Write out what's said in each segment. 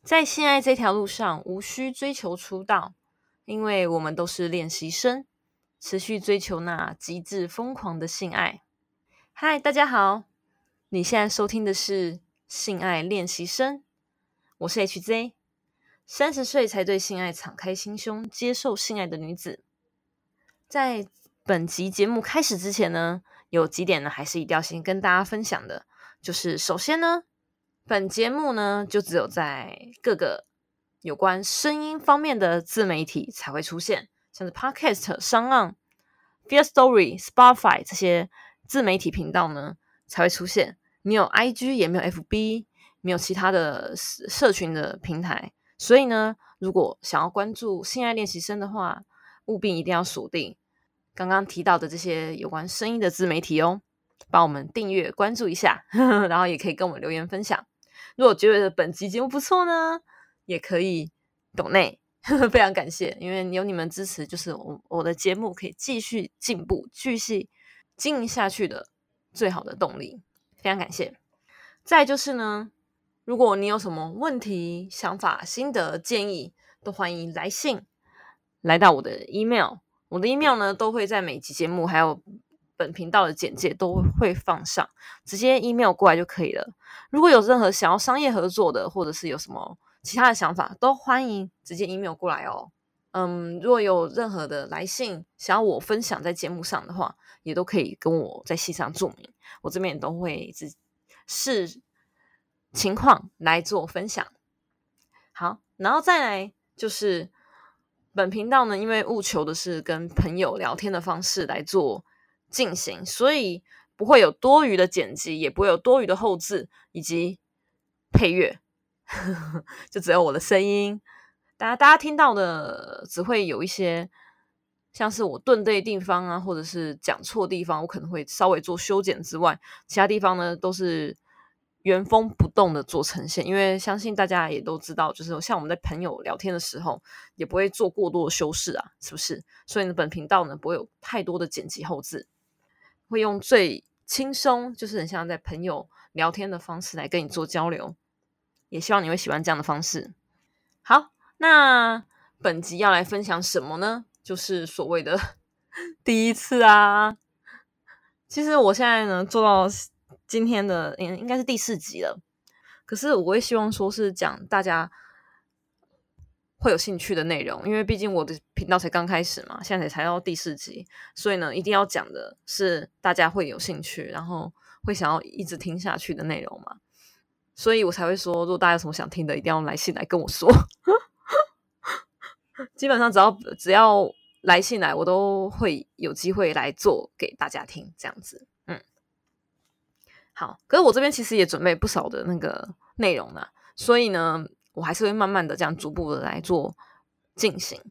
在性爱这条路上，无需追求出道，因为我们都是练习生，持续追求那极致疯狂的性爱。嗨，大家好，你现在收听的是性爱练习生，我是 HJ，30岁才对性爱敞开心胸，接受性爱的女子。在本集节目开始之前呢，有几点呢，还是一定要先跟大家分享的，就是首先呢，本节目呢，就只有在各个有关声音方面的自媒体才会出现，像是 Podcast、SoundOn、Firstory、Spotify 这些自媒体频道呢才会出现。没有 IG， 也没有 FB， 没有其他的社群的平台。所以呢，如果想要关注性爱练习生的话，务必一定要锁定刚刚提到的这些有关声音的自媒体哦，帮我们订阅关注一下，然后也可以跟我们留言分享。如果觉得本集节目不错呢，也可以抖内，非常感谢，因为有你们支持，就是我的节目可以继续进步、继续经营下去的最好的动力，非常感谢。再来就是呢，如果你有什么问题、想法、心得、建议，都欢迎来信来到我的 email。我的 email 呢，都会在每集节目还有本频道的简介都会放上，直接 email 过来就可以了。如果有任何想要商业合作的，或者是有什么其他的想法，都欢迎直接 email 过来哦。如果有任何的来信想要我分享在节目上的话，也都可以跟我在信上注明，我这边也都会视情况来做分享。好，然后再来就是本频道呢，因为务求的是跟朋友聊天的方式来做进行，所以不会有多余的剪辑，也不会有多余的后制以及配乐，就只有我的声音。大家听到的只会有一些像是我顿对地方啊，或者是讲错地方，我可能会稍微做修剪之外，其他地方呢都是原封不动的做呈现。因为相信大家也都知道，就是像我们在朋友聊天的时候，也不会做过多的修饰啊，是不是？所以呢，本频道呢不会有太多的剪辑后置，会用最轻松，就是很像在朋友聊天的方式来跟你做交流。也希望你会喜欢这样的方式。好，那本集要来分享什么呢？就是所谓的第一次啊。其实我现在呢做到今天的应该是第4集了，可是我会希望说是讲大家会有兴趣的内容，因为毕竟我的频道才刚开始嘛，现在才到第4集，所以呢一定要讲的是大家会有兴趣，然后会想要一直听下去的内容嘛。所以我才会说，如果大家有什么想听的，一定要来信来跟我说。基本上只要来信来，我都会有机会来做给大家听，这样子。好，可是我这边其实也准备不少的那个内容啦，所以呢，我还是会慢慢的这样逐步的来做进行，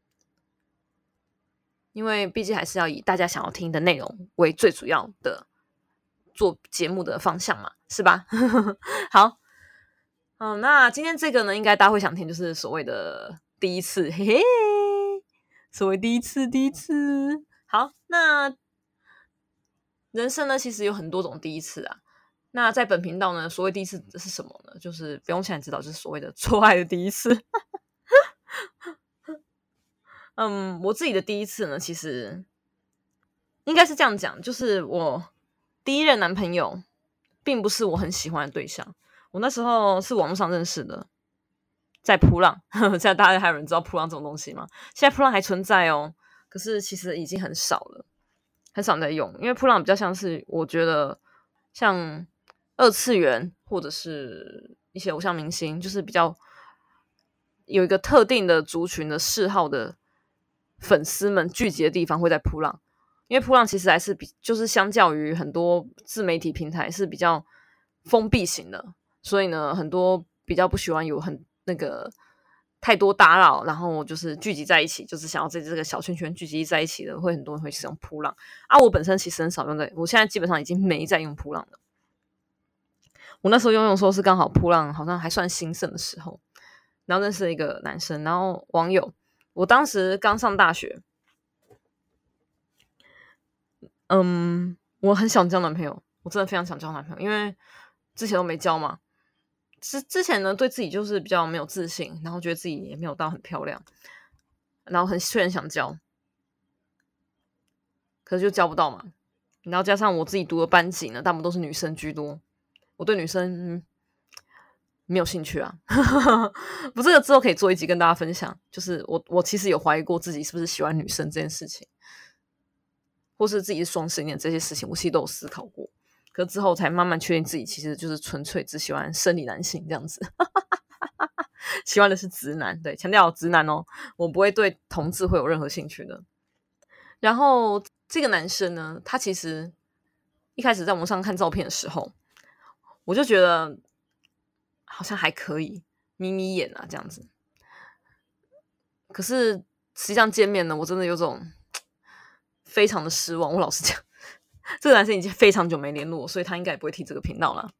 因为毕竟还是要以大家想要听的内容为最主要的做节目的方向嘛，是吧？好，那今天这个呢，应该大家会想听，就是所谓的第一次，嘿嘿，所谓第一次。好，那人生呢，其实有很多种第一次啊。那在本频道呢，所谓第一次是什么呢？就是不用现在知道，就是所谓的做爱的第一次。我自己的第一次呢，其实应该是这样讲，就是我第一任男朋友并不是我很喜欢的对象，我那时候是网络上认识的，在扑浪。现在大家还有人知道扑浪这种东西吗？现在扑浪还存在哦，可是其实已经很少了，很少在用，因为扑浪比较像是我觉得像2次元或者是一些偶像明星，就是比较有一个特定的族群的嗜好的粉丝们聚集的地方会在扑浪，因为扑浪其实还是就是相较于很多自媒体平台是比较封闭型的，所以呢，很多比较不喜欢有很那个太多打扰，然后就是聚集在一起，就是想要在这个小圈圈聚集在一起的，会很多人会使用扑浪啊。我本身其实很少用我现在基本上已经没在用扑浪了。我那时候用的时候是刚好扑浪好像还算兴盛的时候，然后认识了一个男生，然后网友，我当时刚上大学，我很想交男朋友，我真的非常想交男朋友，因为之前都没交嘛， 之前呢，对自己就是比较没有自信，然后觉得自己也没有到很漂亮，然后虽然想交，可是就交不到嘛。然后加上我自己读的班级呢，大部分都是女生居多，我对女生没有兴趣啊。不，这个之后可以做一集跟大家分享，就是我其实有怀疑过自己是不是喜欢女生这件事情，或是自己是双性恋这些事情，我其实都有思考过。可之后才慢慢确定自己其实就是纯粹只喜欢生理男性这样子。喜欢的是直男，对，强调直男哦，我不会对同志会有任何兴趣的。然后这个男生呢，他其实一开始在网上看照片的时候，我就觉得好像还可以，眯眯眼啊这样子。可是实际上见面呢，我真的有种非常的失望。我老实讲，这个男生已经非常久没联络，所以他应该也不会听这个频道啦。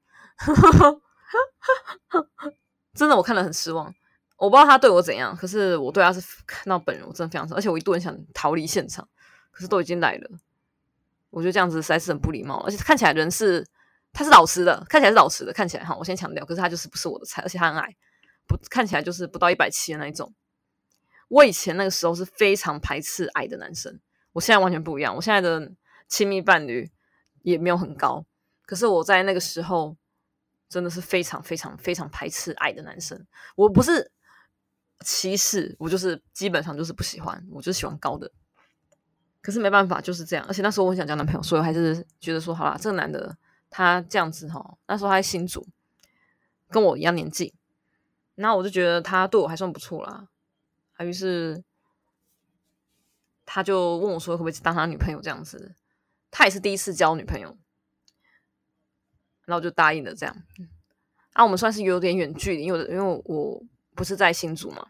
真的，我看了很失望。我不知道他对我怎样，可是我对他是看到本人，我真的非常失望，而且我一度很想逃离现场，可是都已经来了，我觉得这样子实在是很不礼貌，而且看起来他是老实的，看起来是老实的，看起来哈，我先强调，可是他就是不是我的菜，而且他很矮，看起来就是不到170的那一种。我以前那个时候是非常排斥矮的男生，我现在完全不一样，我现在的亲密伴侣也没有很高，可是我在那个时候真的是非常非常非常排斥矮的男生。我不是歧视，我就是基本上就是不喜欢，我就喜欢高的。可是没办法，就是这样。而且那时候我很想交男朋友，所以我还是觉得说，好啦，这个男的他这样子齁，那时候他在新竹，跟我一样年纪，然后我就觉得他对我还算不错啦。于是他就问我说，可不可以当他女朋友这样子？他也是第一次交女朋友，然后我就答应了这样。我们算是有点远距离，因为我不是在新竹嘛，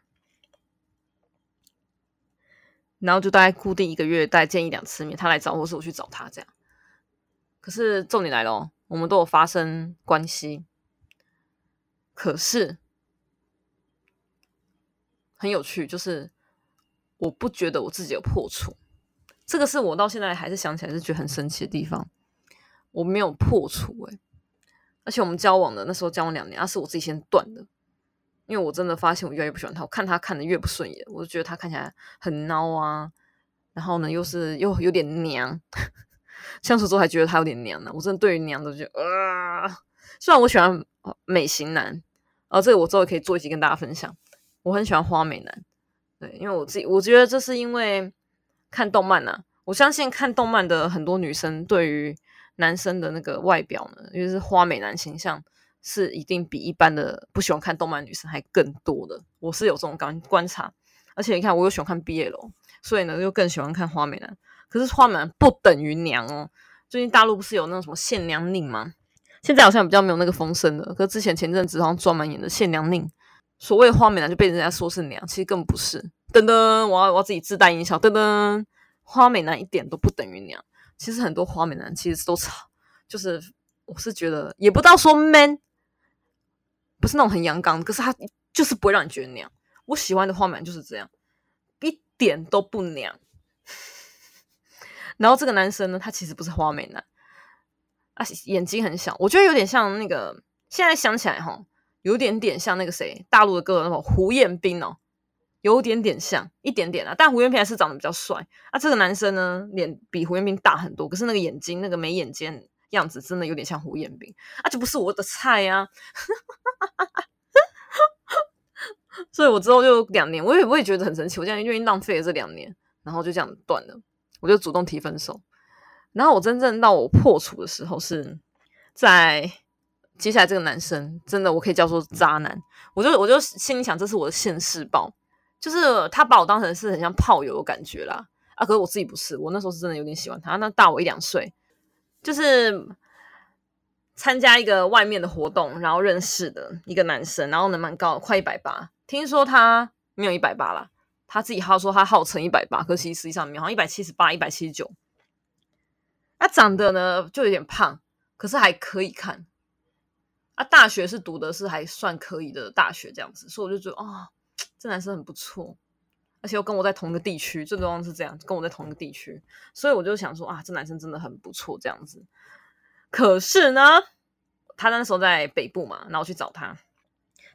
然后就大概固定1个月，大概见1-2次面，他来找我，或是我去找他这样。可是重点来了哦，我们都有发生关系，可是很有趣，就是我不觉得我自己有破处，这个是我到现在还是想起来是觉得很神奇的地方。我没有破处而且我们交往的那时候交往2年，是我自己先断的，因为我真的发现我越来越不喜欢他，我看他看得越不顺眼，我就觉得他看起来很孬啊，然后呢又有点娘，相处之后还觉得他有点娘呢。我真的对于娘的就虽然我喜欢美型男，这个我之后可以做一集跟大家分享。我很喜欢花美男，对，因为我觉得这是因为看动漫啊，我相信看动漫的很多女生对于男生的那个外表呢，因为是花美男形象，是一定比一般的不喜欢看动漫女生还更多的。我是有这种观察，而且你看我又喜欢看 BL， 所以呢又更喜欢看花美男。可是花美男不等于娘哦。最近大陆不是有那种什么限娘令吗？现在好像比较没有那个风声了。可是之前前阵子好像专门演的限娘令，所谓花美男就被人家说是娘，其实根本不是。噔噔，我要自己自带音效。噔噔，花美男一点都不等于娘。其实很多花美男其实都就是我是觉得也不到说 man， 不是那种很阳刚，可是他就是不会让你觉得娘。我喜欢的花美男就是这样，一点都不娘。然后这个男生呢，他其实不是花美男，眼睛很小，我觉得有点像那个，现在想起来有点点像那个谁，大陆的歌手胡彦斌哦，有点点像，一点点啊。但胡彦斌还是长得比较帅这个男生呢，脸比胡彦斌大很多，可是那个眼睛，那个眉眼间样子真的有点像胡彦斌就不是我的菜啊。所以我之后就2年，我也觉得很神奇，我这样愿意浪费了这2年，然后就这样断了，我就主动提分手。然后我真正到我破处的时候是在接下来这个男生真的我可以叫做渣男，我就心里想这是我的现世报，就是他把我当成是很像炮友的感觉啦可是我自己不是，我那时候是真的有点喜欢他，那大我1-2岁，就是参加一个外面的活动，然后认识的一个男生，然后呢蛮高的，快180，听说他没有180啦，他自己说他号称180，可是其实实际上没有，好像178、179。他长得呢就有点胖，可是还可以看。大学是读的是还算可以的大学这样子，所以我就觉得这男生很不错，而且又跟我在同一个地区，最重要是这样，跟我在同一个地区，所以我就想说这男生真的很不错这样子。可是呢，他那时候在北部嘛，然后我去找他，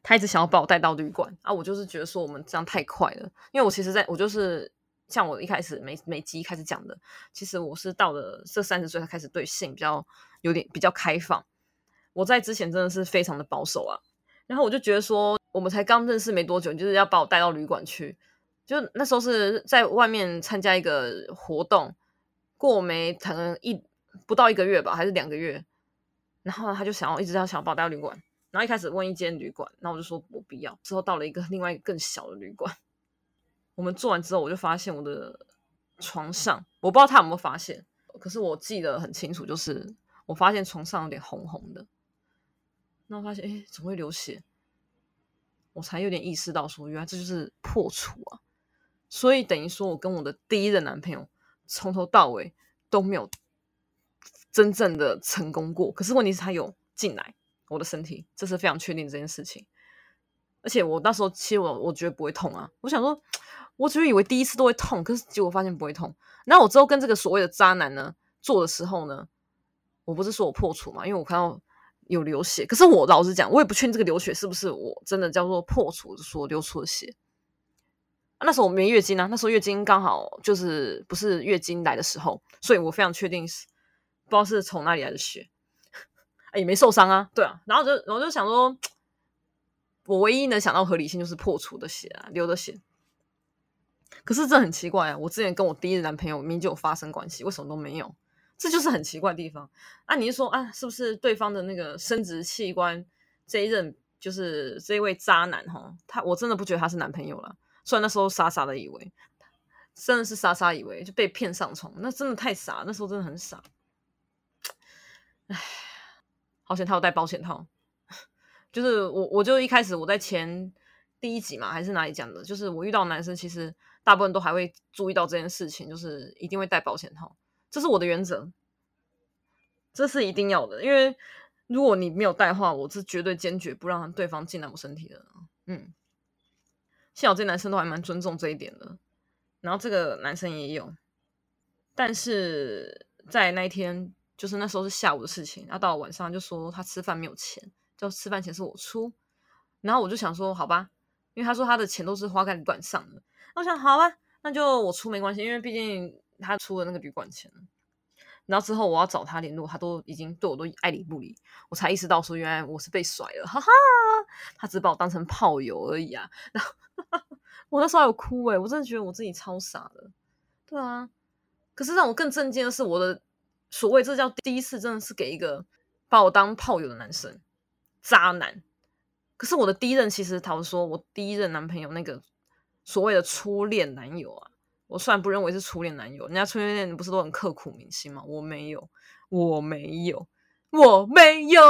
他一直想要把我带到旅馆啊，我就是觉得说我们这样太快了，因为我其实我就是像我一开始每集一开始讲的，其实我是到了这30岁才开始对性比较开放，我在之前真的是非常的保守啊。然后我就觉得说，我们才刚认识没多久，你就是要把我带到旅馆去，就那时候是在外面参加一个活动，过可能不到1个月吧，还是2个月，然后他就一直想要把我带到旅馆，然后一开始问一间旅馆，然后我就说我不要，之后到了另外一个更小的旅馆，我们做完之后，我就发现我的床上，我不知道他有没有发现，可是我记得很清楚，就是我发现床上有点红红的，然后发现怎么会流血？我才有点意识到说，原来这就是破处啊！所以等于说我跟我的第一任男朋友从头到尾都没有真正的成功过。可是问题是他有进来我的身体，这是非常确定这件事情。而且我那时候其实我觉得不会痛啊，我想说，我只是以为第一次都会痛，可是结果发现不会痛。然后我之后跟这个所谓的渣男呢做的时候呢，我不是说我破处嘛，因为我看到有流血，可是我老实讲，我也不确定这个流血是不是我真的叫做破处所流出的血。那时候我没月经啊，那时候月经刚好就是不是月经来的时候，所以我非常确定是不知道是从哪里来的血，也没受伤啊，对啊，然后我就想说，我唯一能想到合理性就是破处的血啊，流的血。可是这很奇怪啊，我之前跟我第一任男朋友明明就有发生关系，为什么都没有？这就是很奇怪的地方啊！你是说啊，是不是对方的那个生殖器官这一任就是这一位渣男哈？我真的不觉得他是男朋友啦，虽然那时候傻傻的以为，真的是傻傻以为就被骗上床，那真的太傻，那时候真的很傻。唉，好险他有带保险套，就是我就一开始我在第一集嘛，还是哪里讲的，就是我遇到男生其实大部分都还会注意到这件事情，就是一定会带保险套，这是我的原则，这是一定要的，因为如果你没有带的话，我是绝对坚决不让对方进来我身体的。幸好这些男生都还蛮尊重这一点的，然后这个男生也有，但是在那一天，就是那时候是下午的事情，然后到了晚上就说他吃饭没有钱，就吃饭钱是我出，然后我就想说好吧，因为他说他的钱都是花在旅馆上的，我想好吧，那就我出没关系，因为毕竟他出了那个旅馆钱。然后之后我要找他联络，他都已经对我都爱理不理，我才意识到说原来我是被甩了，哈哈，他只是把我当成炮友而已啊。然后我那时候还有哭我真的觉得我自己超傻的，对啊。可是让我更震惊的是，我的所谓这叫第一次，真的是给一个把我当炮友的男生，渣男。可是我的第一任，其实他说我第一任男朋友那个所谓的初恋男友啊，我虽然不认为是初恋男友，人家初恋不是都很刻骨铭心吗？我没有，我没有，我没有，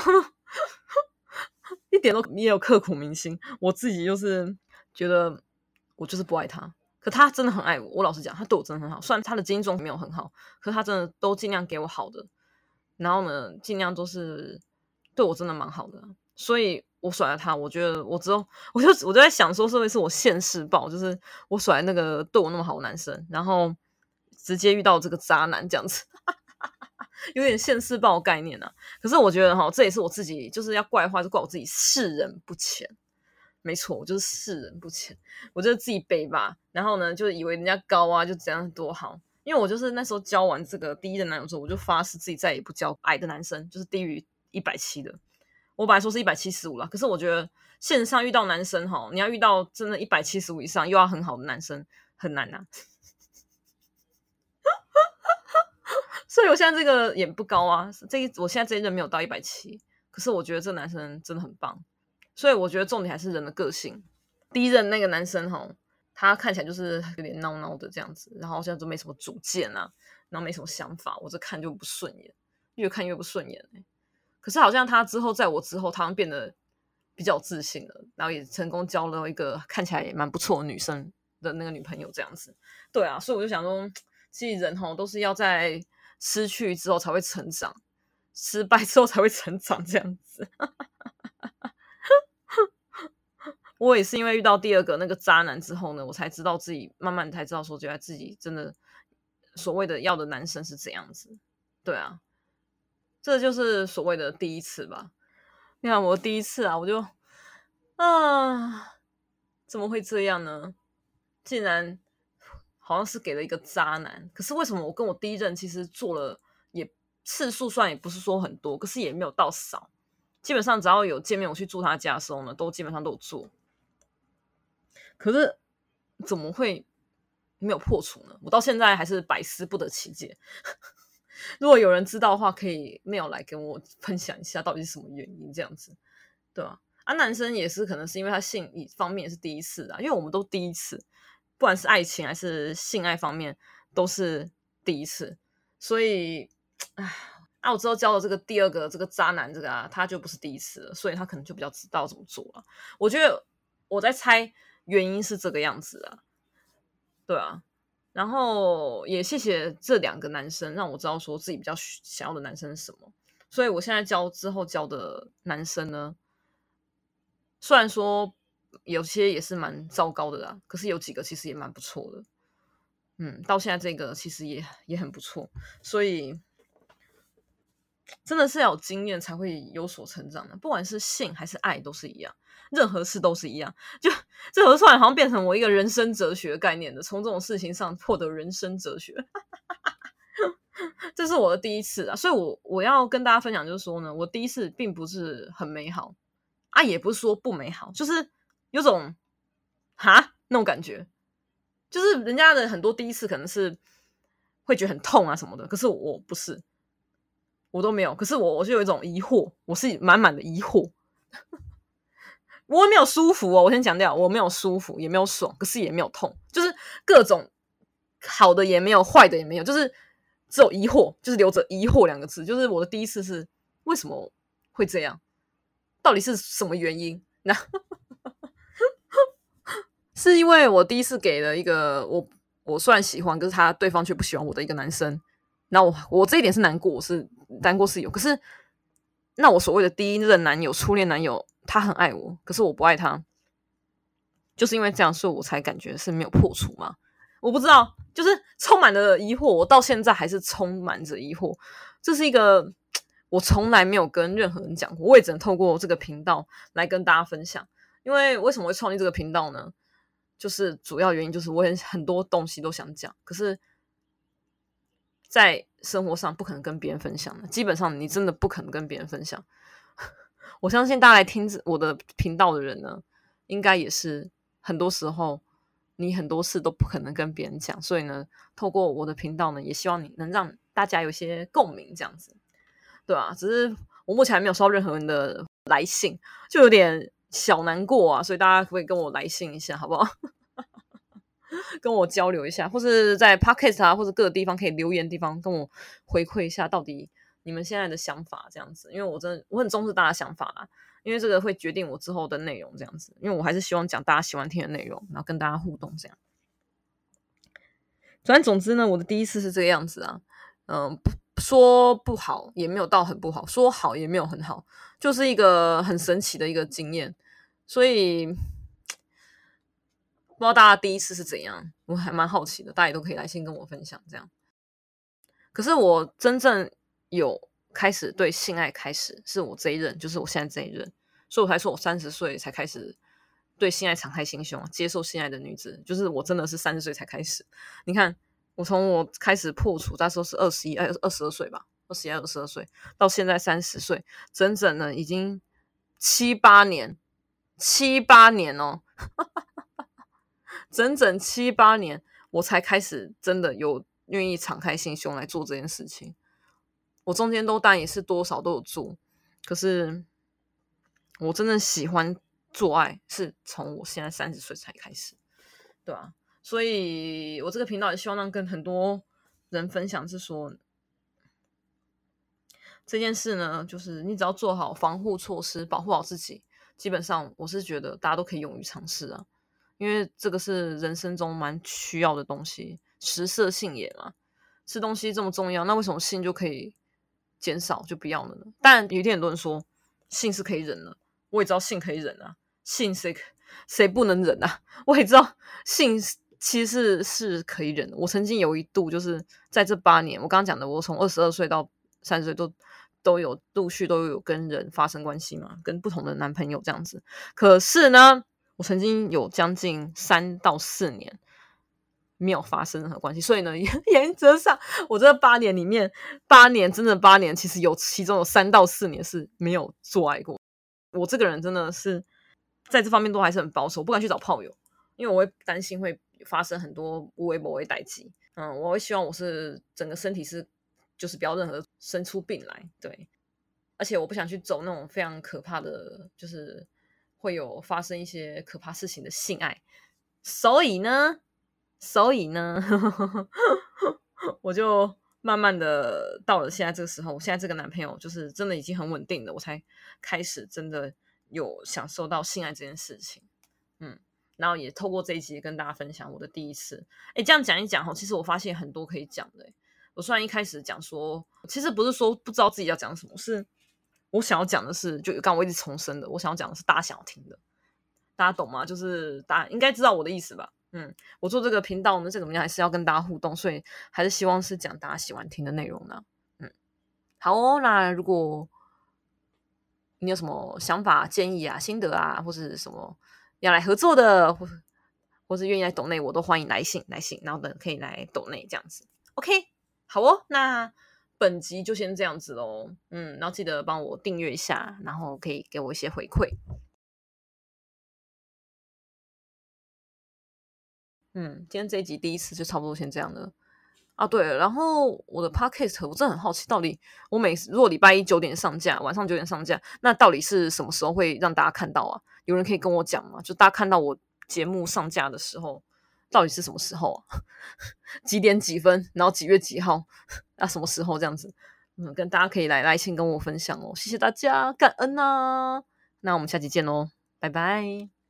一点都没有刻骨铭心。我自己就是觉得我就是不爱他，可他真的很爱我。我老实讲，他对我真的很好，虽然他的经济状况没有很好，可是他真的都尽量给我好的，然后呢，尽量都是对我真的蛮好的，所以我甩了他。我觉得我之后我就在想说，是不是我现世报，就是我甩那个对我那么好的男生，然后直接遇到这个渣男这样子。有点现世报概念啊，可是我觉得这也是我自己就是要怪的话，就怪我自己世人不浅。没错，我就是世人不浅，我就是自己背吧。然后呢，就以为人家高啊，就怎样多好。因为我就是那时候交完这个第一任男友之后，我就发誓自己再也不交矮的男生，就是低于170的。我本来说是175啦，可是我觉得线上遇到男生你要遇到真的175以上又要很好的男生很难啊。所以我现在这个也不高啊，我现在这一任没有到170，可是我觉得这男生真的很棒。所以我觉得重点还是人的个性。第一任那个男生他看起来就是有点闹闹的这样子，然后现在都没什么主见啊，然后没什么想法，我这看就不顺眼，越看越不顺眼可是好像他在我之后，他好像变得比较自信了，然后也成功交了一个看起来也蛮不错的女生的那个女朋友这样子。对啊，所以我就想说，其实人都是要在失去之后才会成长，失败之后才会成长这样子。我也是因为遇到第二个那个渣男之后呢，我才知道自己慢慢才知道说，觉得自己真的所谓的要的男生是怎样子。对啊，这就是所谓的第一次吧。你看我第一次啊，我就啊，怎么会这样呢？竟然好像是给了一个渣男，可是为什么我跟我第一任其实做了也次数算也不是说很多，可是也没有到少，基本上只要有见面我去住他家的时候呢，都基本上都有做。可是怎么会没有破除呢？我到现在还是百思不得其解。如果有人知道的话，可以 mail 来跟我分享一下到底是什么原因这样子，对吧？男生也是可能是因为他性方面也是第一次啊，因为我们都第一次，不管是爱情还是性爱方面都是第一次，所以我之后交的这个第二个这个渣男这个他就不是第一次了，所以他可能就比较知道怎么做了。我觉得我在猜原因是这个样子啊，对啊。然后也谢谢这2个男生，让我知道说自己比较想要的男生是什么。所以我现在之后交的男生呢，虽然说有些也是蛮糟糕的啦，可是有几个其实也蛮不错的。到现在这个其实也很不错，所以真的是要有经验才会有所成长的，不管是性还是爱都是一样，任何事都是一样。就这突然好像变成我一个人生哲学概念的，从这种事情上获得人生哲学。这是我的第一次啊，所以我要跟大家分享就是说呢，我第一次并不是很美好也不是说不美好，就是有种那种感觉，就是人家的很多第一次可能是会觉得很痛啊什么的，可是我不是，我都没有。可是我就有一种疑惑，我是满满的疑惑。我没有舒服我先强调，我没有舒服，也没有爽，可是也没有痛，就是各种好的也没有，坏的也没有，就是只有疑惑，就是留着疑惑2个字。就是我的第一次是为什么会这样，到底是什么原因？那是因为我第一次给了一个我虽然喜欢，可是对方却不喜欢我的一个男生。那我这一点是难过，我是难过是有，可是那我所谓的第一任男友、初恋男友，他很爱我，可是我不爱他，就是因为这样，所以我才感觉是没有破除嘛。我不知道，就是充满了疑惑，我到现在还是充满着疑惑。这是一个我从来没有跟任何人讲过，我也只能透过这个频道来跟大家分享。因为为什么会创立这个频道呢？就是主要原因就是我很多东西都想讲，可是在生活上不可能跟别人分享的，基本上你真的不可能跟别人分享。我相信大家来听我的频道的人呢，应该也是很多时候你很多事都不可能跟别人讲，所以呢，透过我的频道呢，也希望你能让大家有一些共鸣，这样子，对吧？只是我目前还没有收到任何人的来信，就有点小难过啊，所以大家可不可以跟我来信一下，好不好？跟我交流一下，或是在 Podcast 或者各个地方可以留言的地方跟我回馈一下，到底你们现在的想法这样子，因为我很重视大家想法啦，因为这个会决定我之后的内容这样子，因为我还是希望讲大家喜欢听的内容，然后跟大家互动这样。反正总之呢，我的第一次是这个样子啊，说不好也没有到很不好，说好也没有很好，就是一个很神奇的一个经验，所以不知道大家第一次是怎样，我还蛮好奇的，大家也都可以来信跟我分享这样。可是我真正有开始对性爱开始，是我这一任，就是我现在这一任，所以我才说我30岁才开始对性爱敞开心胸，接受性爱的女子，就是我真的是30岁才开始。你看，我开始破处，那时候是22岁吧，21、22岁，到现在30岁，整整呢已经7、8年哦，整整7、8年，我才开始真的有愿意敞开心胸来做这件事情。我中间当然也是多少都有做，可是我真正喜欢做爱是从我现在30岁才开始，对吧？所以我这个频道也希望跟很多人分享，是说这件事呢，就是你只要做好防护措施，保护好自己，基本上我是觉得大家都可以勇于尝试啊，因为这个是人生中蛮需要的东西，食色性也嘛，吃东西这么重要，那为什么性就可以减少就不要了呢？但有一天很多人说性是可以忍的，我也知道性可以忍啊，性谁不能忍啊？我也知道性其实是可以忍的。我曾经有一度就是在这8年，我刚刚讲的，我从22岁到30岁都陆续都有跟人发生关系嘛，跟不同的男朋友这样子。可是呢，我曾经有将近3到4年没有发生任何关系，所以呢，原则上我这8年里面真的8年，其实其中有3到4年是没有做爱过。我这个人真的是在这方面都还是很保守，不敢去找炮友，因为我会担心会发生很多无微不微代际。我会希望我是整个身体就是不要任何生出病来，对。而且我不想去走那种非常可怕的，就是会有发生一些可怕事情的性爱。所以呢，我就慢慢的到了现在这个时候，我现在这个男朋友就是真的已经很稳定了，我才开始真的有享受到性爱这件事情。然后也透过这一集跟大家分享我的第一次。这样讲一讲，其实我发现很多可以讲的。我虽然一开始讲说，其实不是说不知道自己要讲什么，是我想要讲的是，就刚我一直重申的，我想要讲的是大家想要听的，大家懂吗？就是大家应该知道我的意思吧。我做这个频道呢，这个怎么样还是要跟大家互动，所以还是希望是讲大家喜欢听的内容呢。好哦，那如果你有什么想法、建议啊、心得啊，或是什么要来合作的，或是愿意来抖内，我都欢迎来信，然后可以来抖内这样子。OK， 好哦，那本集就先这样子咯。然后记得帮我订阅一下，然后可以给我一些回馈。今天这一集第一次就差不多先这样了。对了，然后我的 podcast 我真的很好奇，到底如果礼拜一9点上架，晚上9点上架，那到底是什么时候会让大家看到啊？有人可以跟我讲吗？就大家看到我节目上架的时候，到底是什么时候啊？几点几分，然后几月几号什么时候这样子？跟大家可以来信跟我分享哦，谢谢大家，感恩啊！那我们下期见喽，拜拜。